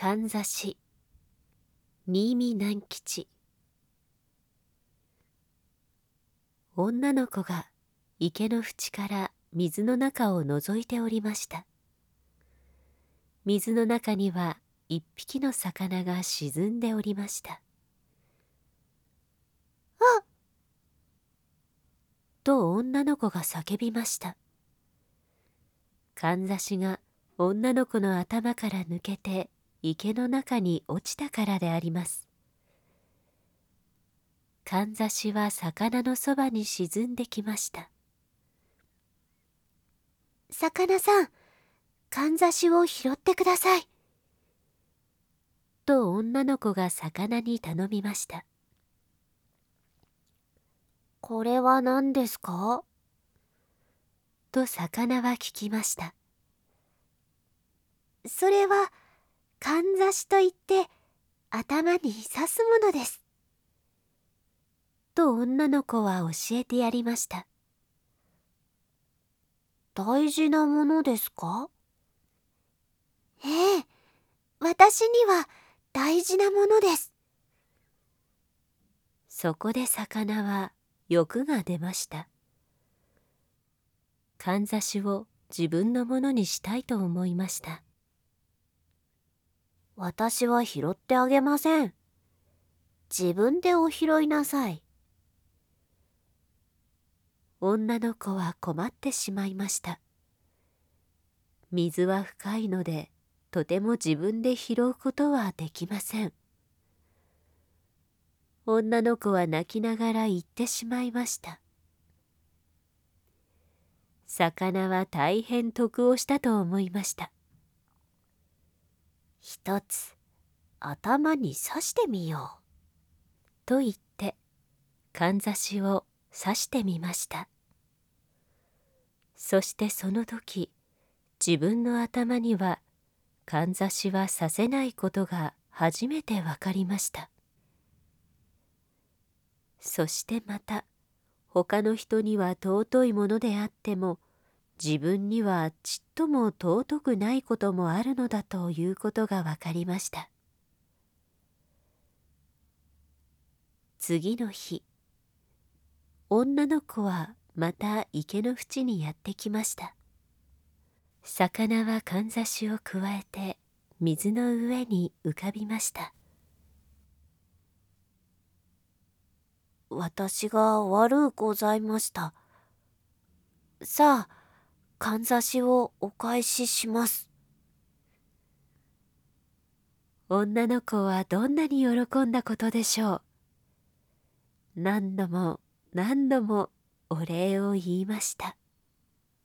かんざし新見南吉。女の子が池の縁から水の中を覗いておりました。水の中には一匹の魚が沈んでおりました。 あっと女の子が叫びました。かんざしが女の子の頭から抜けて池の中に落ちたからであります。かんざしは魚のそばに沈んできました。 魚さん、かんざしを拾ってください。 と女の子が魚に頼みました。 これは何ですか？ と魚は聞きました。 それはかんざしといって頭に刺すものです。 と女の子は教えてやりました。 大事なものですか？ええ、私には大事なものです。 そこで魚は欲が出ました。かんざしを自分のものにしたいと思いました。 私は拾ってあげません。自分でお拾いなさい。 女の子は困ってしまいました。水は深いのでとても自分で拾うことはできません。女の子は泣きながら言ってしまいました。魚は大変得をしたと思いました。 一つ頭に刺してみよう。 と言ってかんざしを刺してみました。そしてその時自分の頭にはかんざしは刺せないことが初めてわかりました。そしてまた他の人には尊いものであっても自分にはちっとも尊くないこともあるのだということがわかりました。次の日、女の子はまた池の縁にやってきました。魚はかんざしをくわえて水の上に浮かびました。 私が悪うございました。さあ、かんざしをお返しします。 女の子はどんなに喜んだことでしょう。何度も何度もお礼を言いました。